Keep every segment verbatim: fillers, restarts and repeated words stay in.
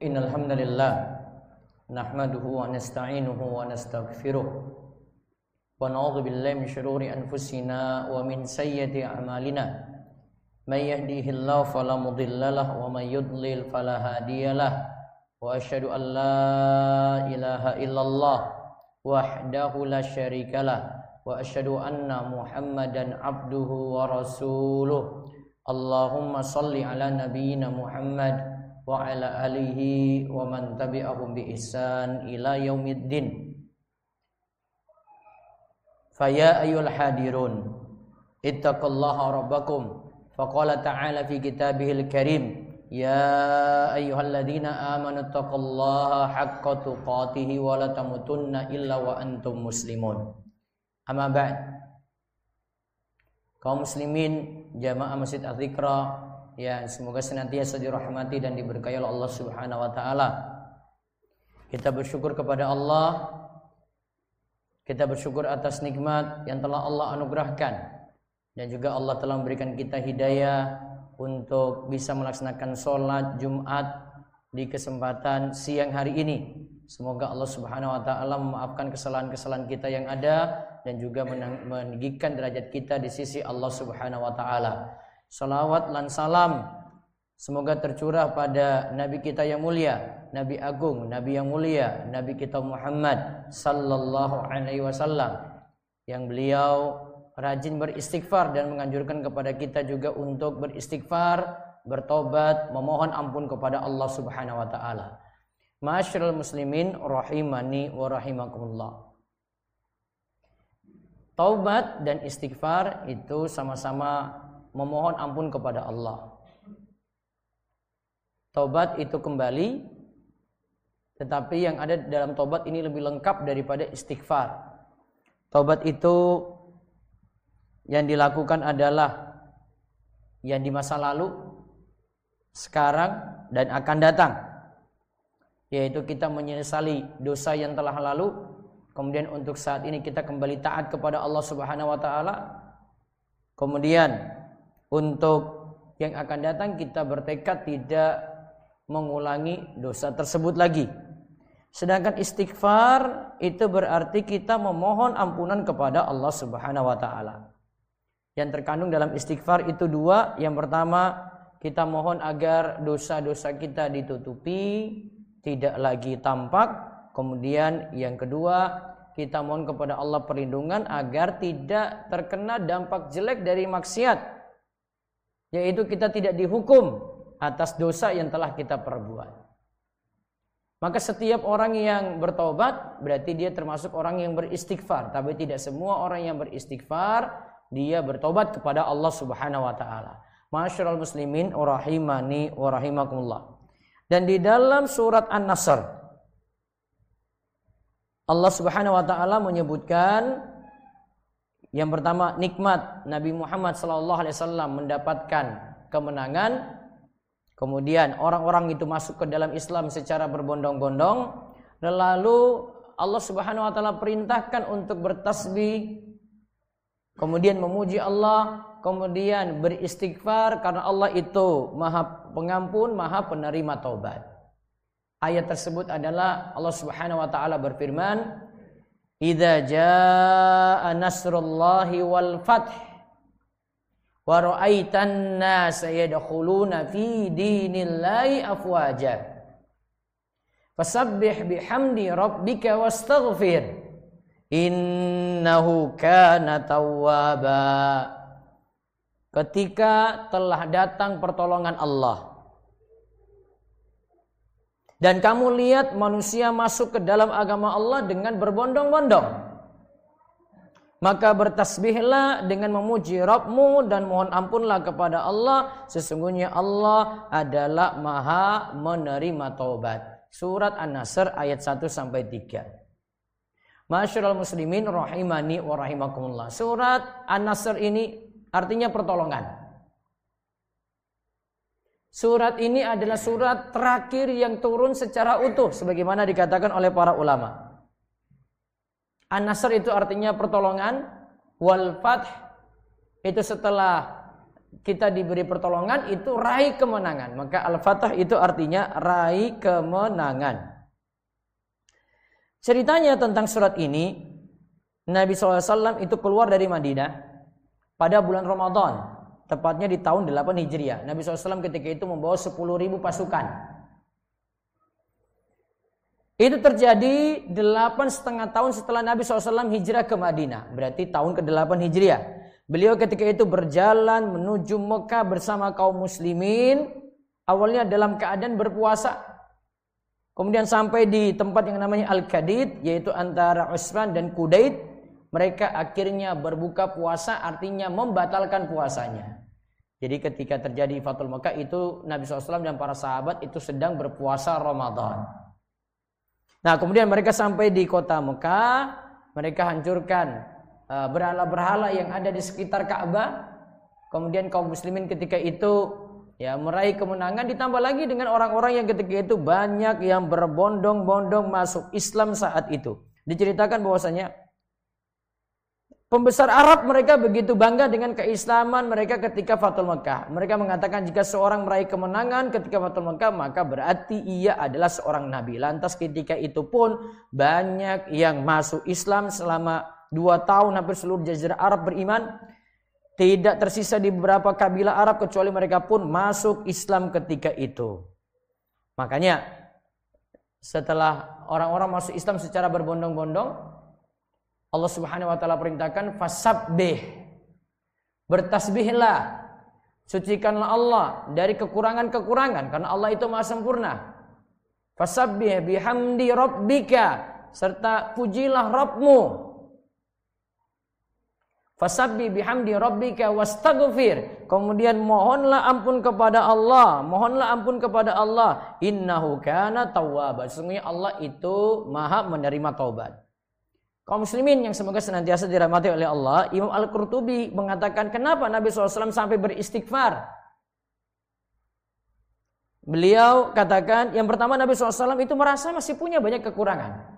Innal hamdalillah nahmaduhu wa nasta'inuhu wa nastaghfiruh wa na'udzu billahi min shururi anfusina wa min sayyiati a'malina may yahdihillahu fala mudhillalah wa may yudlil fala hadiyalah wa asyhadu an la ilaha illallah wahdahu la syarikalah wa asyhadu anna muhammadan abduhu wa rasuluh. Allahumma salli ala nabiyyina Muhammad wa ala alihi wa man tabi'ahum bi ihsan ila yaumiddin. Faya ayyuhal hadirun ittaqullaha rabbakum faqala ta'ala fi kitabihil karim ya ayyuhalladzina amanu taqullaha haqqa tuqatih wa la tamutunna illa wa antum muslimun. Amma ba'd. Kaum muslimin jamaah Masjid Az-Zikra ya, semoga senantiasa dirahmati dan diberkahi oleh Allah Subhanahu wa taala. Kita bersyukur kepada Allah. Kita bersyukur atas nikmat yang telah Allah anugerahkan, dan juga Allah telah memberikan kita hidayah untuk bisa melaksanakan sholat Jumat di kesempatan siang hari ini. Semoga Allah Subhanahu wa taala memaafkan kesalahan-kesalahan kita yang ada dan juga meninggikan derajat kita di sisi Allah Subhanahu wa taala. Salawat dan salam semoga tercurah pada Nabi kita yang mulia, Nabi agung, Nabi yang mulia, Nabi kita Muhammad sallallahu alaihi wasallam, yang beliau rajin beristighfar dan menganjurkan kepada kita juga untuk beristighfar, bertobat, memohon ampun kepada Allah Subhanahu wa taala. Ma'asyiral muslimin rahimani wa rahimakumullah. Taubat dan istighfar itu sama-sama memohon ampun kepada Allah. Taubat itu kembali, tetapi yang ada dalam taubat ini lebih lengkap daripada istighfar. Taubat itu yang dilakukan adalah yang di masa lalu, sekarang, dan akan datang, yaitu kita menyesali dosa yang telah lalu, kemudian untuk saat ini kita kembali taat kepada Allah Subhanahu wa taala. Kemudian untuk yang akan datang kita bertekad tidak mengulangi dosa tersebut lagi. Sedangkan istighfar itu berarti kita memohon ampunan kepada Allah Subhanahu wa taala. Yang terkandung dalam istighfar itu dua. Yang pertama, kita mohon agar dosa-dosa kita ditutupi, tidak lagi tampak. Kemudian yang kedua, kita mohon kepada Allah perlindungan agar tidak terkena dampak jelek dari maksiat, yaitu kita tidak dihukum atas dosa yang telah kita perbuat. Maka setiap orang yang bertobat berarti dia termasuk orang yang beristighfar. Tapi tidak semua orang yang beristighfar dia bertobat kepada Allah Subhanahu wa taala. Ma'asyiral muslimin rahimani wa rahimakumullah. Dan di dalam surat An-Nasr Allah Subhanahu wa taala menyebutkan yang pertama, nikmat Nabi Muhammad sallallahu alaihi wasallam mendapatkan kemenangan. Kemudian orang-orang itu masuk ke dalam Islam secara berbondong-bondong. Lalu Allah Subhanahu wa taala perintahkan untuk bertasbih, kemudian memuji Allah, kemudian beristighfar karena Allah itu Maha Pengampun, Maha Penerima taubat. Ayat tersebut adalah Allah Subhanahu wa taala berfirman, "Idza jaa nasrullahi wal fath wa ra'aitan nasa yadkhuluna fi dinillahi afwaja fasabbih bihamdi rabbika wastaghfir innahu kana tawwaba." Ketika telah datang pertolongan Allah dan kamu lihat manusia masuk ke dalam agama Allah dengan berbondong-bondong, maka bertasbihlah dengan memuji Rabbmu dan mohon ampunlah kepada Allah. Sesungguhnya Allah adalah Maha Menerima Taubat. Surat An-Nasr ayat satu sampai tiga. Ma'asyiral muslimin rahimani wa rahimakumullah. Surat An-Nasr ini artinya pertolongan. Surat ini adalah surat terakhir yang turun secara utuh sebagaimana dikatakan oleh para ulama. An-Nasr itu artinya pertolongan, wal fath itu setelah kita diberi pertolongan itu raih kemenangan. Maka Al-Fatah itu artinya raih kemenangan. Ceritanya tentang surat ini, Nabi shallallahu alaihi wasallam itu keluar dari Madinah pada bulan Ramadan, tepatnya di tahun delapan Hijriah. Nabi shallallahu alaihi wasallam ketika itu membawa sepuluh ribu pasukan. Itu terjadi delapan setengah tahun setelah Nabi shallallahu alaihi wasallam hijrah ke Madinah. Berarti tahun ke delapan Hijriah. Beliau ketika itu berjalan menuju Mekah bersama kaum muslimin. Awalnya dalam keadaan berpuasa. Kemudian sampai di tempat yang namanya Al-Qadid, yaitu antara Utsman dan Qudaid. Mereka akhirnya berbuka puasa, artinya membatalkan puasanya. Jadi ketika terjadi Fathul Mekah itu Nabi shallallahu alaihi wasallam dan para sahabat itu sedang berpuasa Ramadan. Nah kemudian mereka sampai di kota Mekah, mereka hancurkan uh, berhala-berhala yang ada di sekitar Ka'bah. Kemudian kaum muslimin ketika itu ya meraih kemenangan, ditambah lagi dengan orang-orang yang ketika itu banyak yang berbondong-bondong masuk Islam saat itu. Diceritakan bahwasanya pembesar Arab mereka begitu bangga dengan keislaman mereka ketika Fathul Mekah. Mereka mengatakan jika seorang meraih kemenangan ketika Fathul Mekah maka berarti ia adalah seorang nabi. Lantas ketika itu pun banyak yang masuk Islam selama dua tahun hampir seluruh jazirah Arab beriman. Tidak tersisa di beberapa kabilah Arab kecuali mereka pun masuk Islam ketika itu. Makanya setelah orang-orang masuk Islam secara berbondong-bondong, Allah Subhanahu wa taala perintahkan fasabbih. Bertasbihlah. Sucikanlah Allah dari kekurangan-kekurangan karena Allah itu Maha sempurna. Fasabbih bihamdi rabbika, serta pujilah Rabbmu. Fasabbih bihamdi rabbika wastaghfir. Kemudian mohonlah ampun kepada Allah, mohonlah ampun kepada Allah. Innahu kana tawwaba. Sesungguhnya Allah itu Maha menerima taubat. Kaum muslimin yang semoga senantiasa dirahmati oleh Allah, Imam Al-Qurtubi mengatakan kenapa Nabi shallallahu alaihi wasallam sampai beristighfar. Beliau katakan yang pertama Nabi shallallahu alaihi wasallam itu merasa masih punya banyak kekurangan.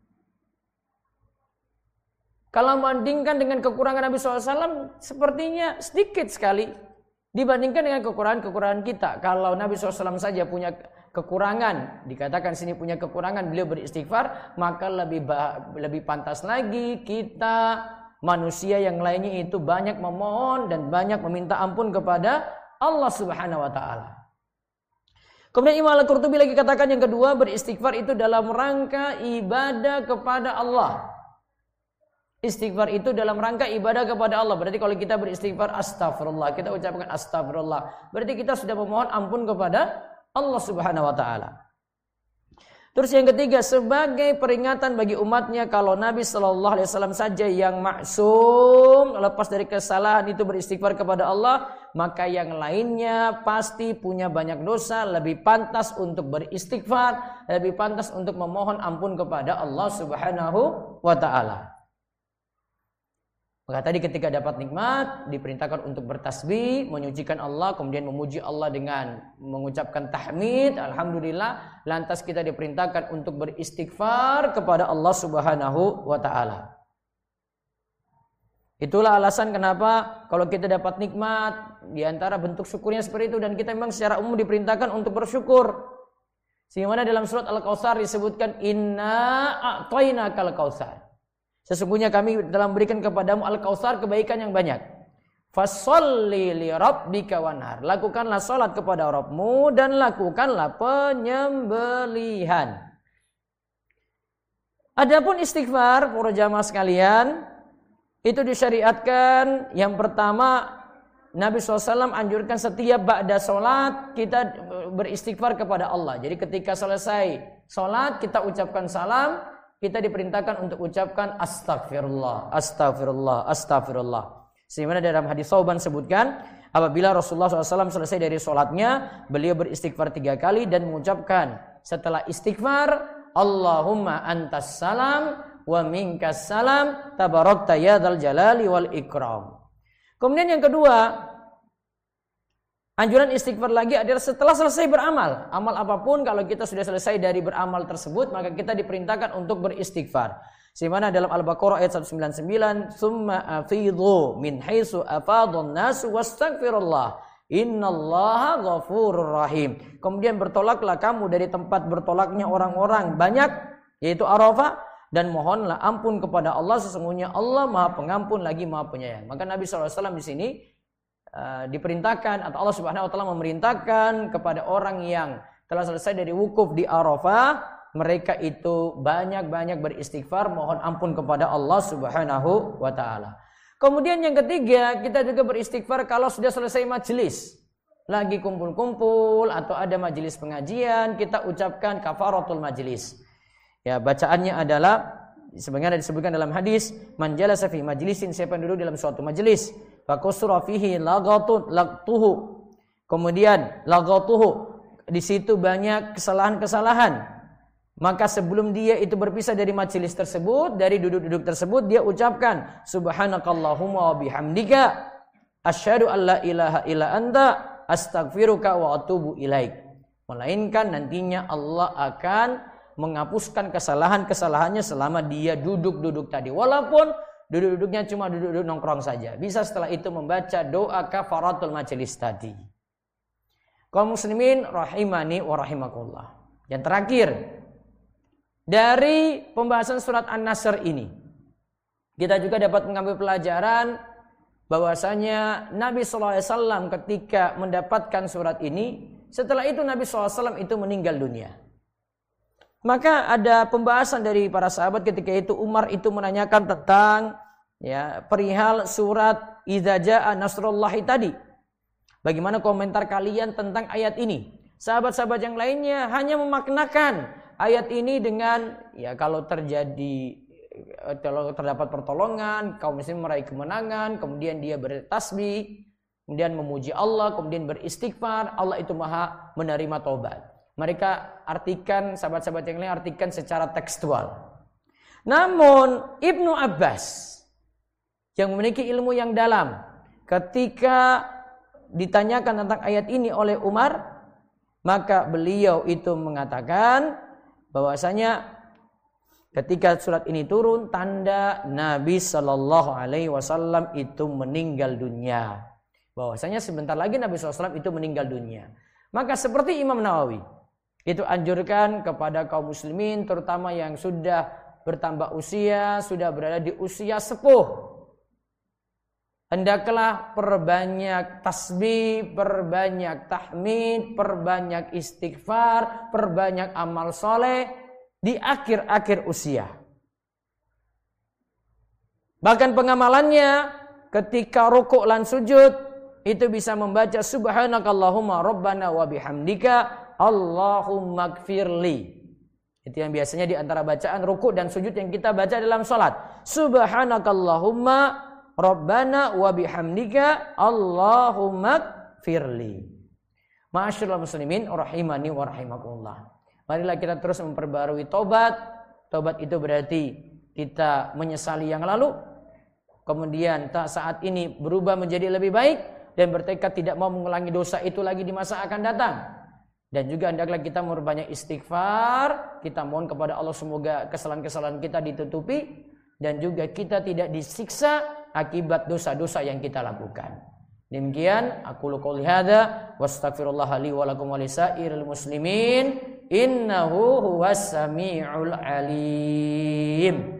Kalau membandingkan dengan kekurangan Nabi shallallahu alaihi wasallam sepertinya sedikit sekali dibandingkan dengan kekurangan-kekurangan kita. Kalau Nabi shallallahu alaihi wasallam saja punya kekurangan, dikatakan sini punya kekurangan, beliau beristighfar, maka lebih lebih pantas lagi kita manusia yang lainnya itu banyak memohon dan banyak meminta ampun kepada Allah Subhanahu wa taala. Kemudian Imam Al-Qurtubi lagi katakan yang kedua, beristighfar itu dalam rangka ibadah kepada Allah. Istighfar itu dalam rangka ibadah kepada Allah. Berarti kalau kita beristighfar astagfirullah, kita ucapkan astagfirullah, berarti kita sudah memohon ampun kepada Allah Subhanahu wa taala. Terus yang ketiga, sebagai peringatan bagi umatnya kalau Nabi sallallahu alaihi wasallam saja yang maksum, lepas dari kesalahan itu beristighfar kepada Allah, maka yang lainnya pasti punya banyak dosa, lebih pantas untuk beristighfar, lebih pantas untuk memohon ampun kepada Allah Subhanahu wa taala. Maka tadi ketika dapat nikmat diperintahkan untuk bertasbih, menyucikan Allah, kemudian memuji Allah dengan mengucapkan tahmid, alhamdulillah. Lantas kita diperintahkan untuk beristighfar kepada Allah Subhanahu wa taala. Itulah alasan kenapa kalau kita dapat nikmat, di antara bentuk syukurnya seperti itu, dan kita memang secara umum diperintahkan untuk bersyukur. Sehingga dalam surat Al-Kautsar disebutkan inna a'tainakal kautsar. Sesungguhnya kami dalam berikan kepadamu Al-Kautsar kebaikan yang banyak. Fasholli li rabbika wanhar. Lakukanlah salat kepada Rabbmu dan lakukanlah penyembelihan. Adapun istighfar para jamaah sekalian, itu disyariatkan yang pertama Nabi shallallahu alaihi wasallam anjurkan setiap ba'da salat kita beristighfar kepada Allah. Jadi ketika selesai salat kita ucapkan salam, kita diperintahkan untuk ucapkan astagfirullah, astagfirullah, astagfirullah. Sehingga dalam hadis Thauban sebutkan, apabila Rasulullah shallallahu alaihi wasallam selesai dari sholatnya, beliau beristighfar tiga kali dan mengucapkan setelah istighfar, Allahumma antas salam wa minkas salam, tabarakta ya dzal jalali wal ikram. Kemudian yang kedua, anjuran istighfar lagi adalah setelah selesai beramal. Amal apapun kalau kita sudah selesai dari beramal tersebut, maka kita diperintahkan untuk beristighfar. Sebagaimana dalam Al-Baqarah ayat seratus sembilan puluh sembilan, "Tsumma afidhu min haitsu afadhan nasu wastaghfirullah. Innallaha ghafurur rahim." Kemudian bertolaklah kamu dari tempat bertolaknya orang-orang banyak, yaitu Arafah, dan mohonlah ampun kepada Allah, sesungguhnya Allah Maha Pengampun lagi Maha Penyayang. Maka Nabi shallallahu alaihi wasallam di sini uh, diperintahkan, atau Allah Subhanahu wa taala memerintahkan kepada orang yang telah selesai dari wukuf di Arafah, mereka itu banyak-banyak beristighfar, mohon ampun kepada Allah Subhanahu wa taala. Kemudian yang ketiga, kita juga beristighfar kalau sudah selesai majelis. Lagi kumpul-kumpul atau ada majelis pengajian, kita ucapkan kafaratul majelis. Ya, bacaannya adalah sebagaimana disebutkan dalam hadis, man jalasa fi majlisin, siapa yang duduk dalam suatu majelis, faqusra fihi lagatun laqtuhu. Kemudian lagatuhu, di situ banyak kesalahan-kesalahan. Maka sebelum dia itu berpisah dari majelis tersebut, dari duduk-duduk tersebut, dia ucapkan subhanakallahumma wa bihamdika asyhadu an la ilaha illa anta astaghfiruka wa atubu ilaik. Melainkan nantinya Allah akan menghapuskan kesalahan-kesalahannya selama dia duduk-duduk tadi. Walaupun duduk-duduknya cuma duduk-duduk nongkrong saja. Bisa setelah itu membaca doa kafaratul majelis tadi. Kaum muslimin rahimani wa rahimakumullah. Yang terakhir, dari pembahasan surat An-Nasr ini, kita juga dapat mengambil pelajaran bahwasanya Nabi shallallahu alaihi wasallam ketika mendapatkan surat ini, setelah itu Nabi shallallahu alaihi wasallam itu meninggal dunia. Maka ada pembahasan dari para sahabat ketika itu. Umar itu menanyakan tentang ya perihal surat Idza Jaa Nasrullahi tadi. Bagaimana komentar kalian tentang ayat ini? Sahabat-sahabat yang lainnya hanya memaknakan ayat ini dengan ya kalau terjadi kalau terdapat pertolongan, kaum muslim meraih kemenangan, kemudian dia bertasbih, kemudian memuji Allah, kemudian beristighfar, Allah itu Maha menerima taubat. Mereka artikan, sahabat-sahabat yang lain artikan secara tekstual. Namun Ibnu Abbas yang memiliki ilmu yang dalam, ketika ditanyakan tentang ayat ini oleh Umar, maka beliau itu mengatakan bahwasanya ketika surat ini turun, tanda Nabi Shallallahu Alaihi Wasallam itu meninggal dunia. Bahwasanya sebentar lagi Nabi Shallallahu Alaihi Wasallam itu meninggal dunia. Maka seperti Imam Nawawi itu anjurkan kepada kaum muslimin, terutama yang sudah bertambah usia, sudah berada di usia sepuh, hendaklah perbanyak tasbih, perbanyak tahmid, perbanyak istighfar, perbanyak amal soleh di akhir-akhir usia. Bahkan pengamalannya ketika rukuk dan sujud itu bisa membaca subhanakallahumma rabbana wa bihamdika Allahumma gfirli. Itu yang biasanya di antara bacaan rukuk dan sujud yang kita baca dalam salat. Subhanakallahumma rabbana wa bihamdika Allahumma gfirli. Ma'asyiral muslimin rahimani wa rahimakumullah. Marilah kita terus memperbarui tobat. Tobat itu berarti kita menyesali yang lalu, kemudian saat ini berubah menjadi lebih baik dan bertekad tidak mau mengulangi dosa itu lagi di masa akan datang. Dan juga hendaklah kita memperbanyak istighfar, kita mohon kepada Allah semoga kesalahan-kesalahan kita ditutupi dan juga kita tidak disiksa akibat dosa-dosa yang kita lakukan. Demikian aku qouli hadza wastaghfirullah li wa lakum wa lisairil muslimin innahu huwas samiul alim.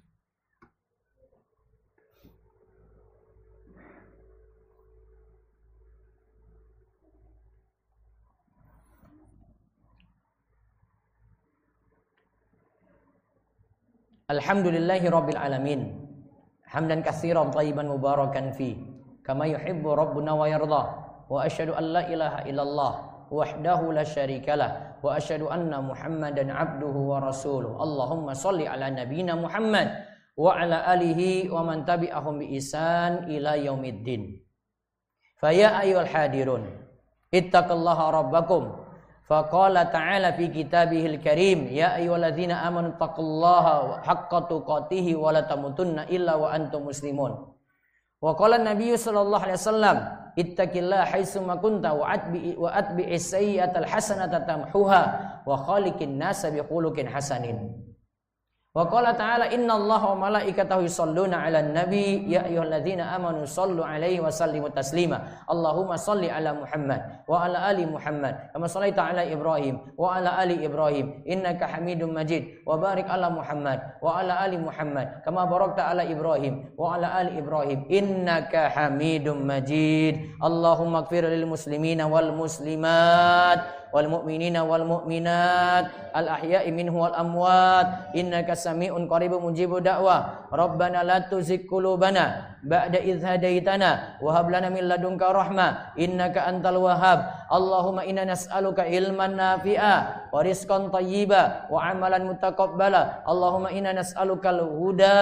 Alhamdulillahi rabbil alamin. Hamdan katsiran thayyiban mubarakan fi kama yuhibbu rabbuna wa yarda. Wa asyhadu an la ilaha illallah wahdahu la syarikalah wa asyhadu anna Muhammadan abduhu wa rasuluh. Allahumma shalli ala nabiyyina Muhammad wa ala alihi wa man tabi'ahum bi ihsan ila yaumiddin. Fa ya ayyuhal hadirun ittaqullaha rabbakum. Faqala ta'ala fi kitabihil karim ya ayyuhalladzina amanu taqullaha haqqa tuqatih wa la tamutunna illa wa antum muslimun. Wa qala an-nabiy sallallahu alaihi wasallam ittaqillaha haitsu ma kunta wa atbi wa atbi'is sayyi'atal hasanata tamhuha wa khaliqin nasa bi khuluqin hasanin. Wa qala ta'ala innallaha wa malaikatahu yusholluna 'alan nabi ya ayyuhalladzina amanu shallu 'alaihi wa sallimu taslima. Allahumma shalli 'ala Muhammad wa 'ala ali Muhammad kama shallaita 'ala Ibrahim wa 'ala ali Ibrahim innaka Hamidum Majid. Wa barik 'ala Muhammad wa 'ala ali Muhammad kama barakta 'ala Ibrahim wa 'ala ali Ibrahim innaka Hamidum Majid. Allahumma ighfir lil muslimina wal muslimat wal mu'minina wal mu'minat al ahya'i minhu wal amwat innaka sami'un qaribun mujibud da'wah. Rabbana la tuzigh qulubana ba'da idh hadaitana wa hab lana min ladunka rahmah innaka antal wahhab. Allahumma inna nas'aluka ilman nafi'a wa rizqan thayyiba wa amalan mutaqabbala. Allahumma inna nas'alukal huda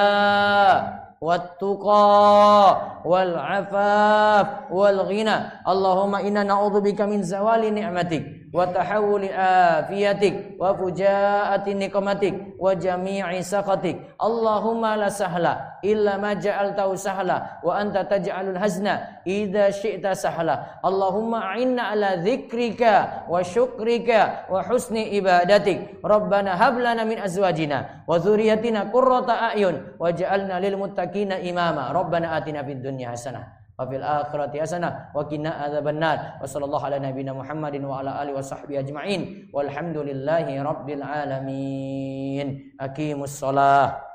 wat-tuqa wal-'afaf wal-ghina. Allahumma inna na'udzubika min zawali ni'matik wa tahawuli afiyatik wa fujaati niqmatik wa jami'i sakhatik. Allahumma la sahla illa ma ja'altahu sahla wa anta taj'alul hazna idza syi'ta sahla. Allahumma a'inna ala dzikrika wa syukrika wa husni ibadatik. Rabbana hab lana min azwajina wa dzurriyyatina qurrata a'yun waj'alna lil muttaqina imama. Rabbana atina fid dunya hasanah wa fil akhirati hasanah wa qina adzabannar. Wa sallallahu ala nabiyyina Muhammadin wa ala alihi wa sahbihi ajma'in walhamdulillahi rabbil alamin. Aqimus shalah.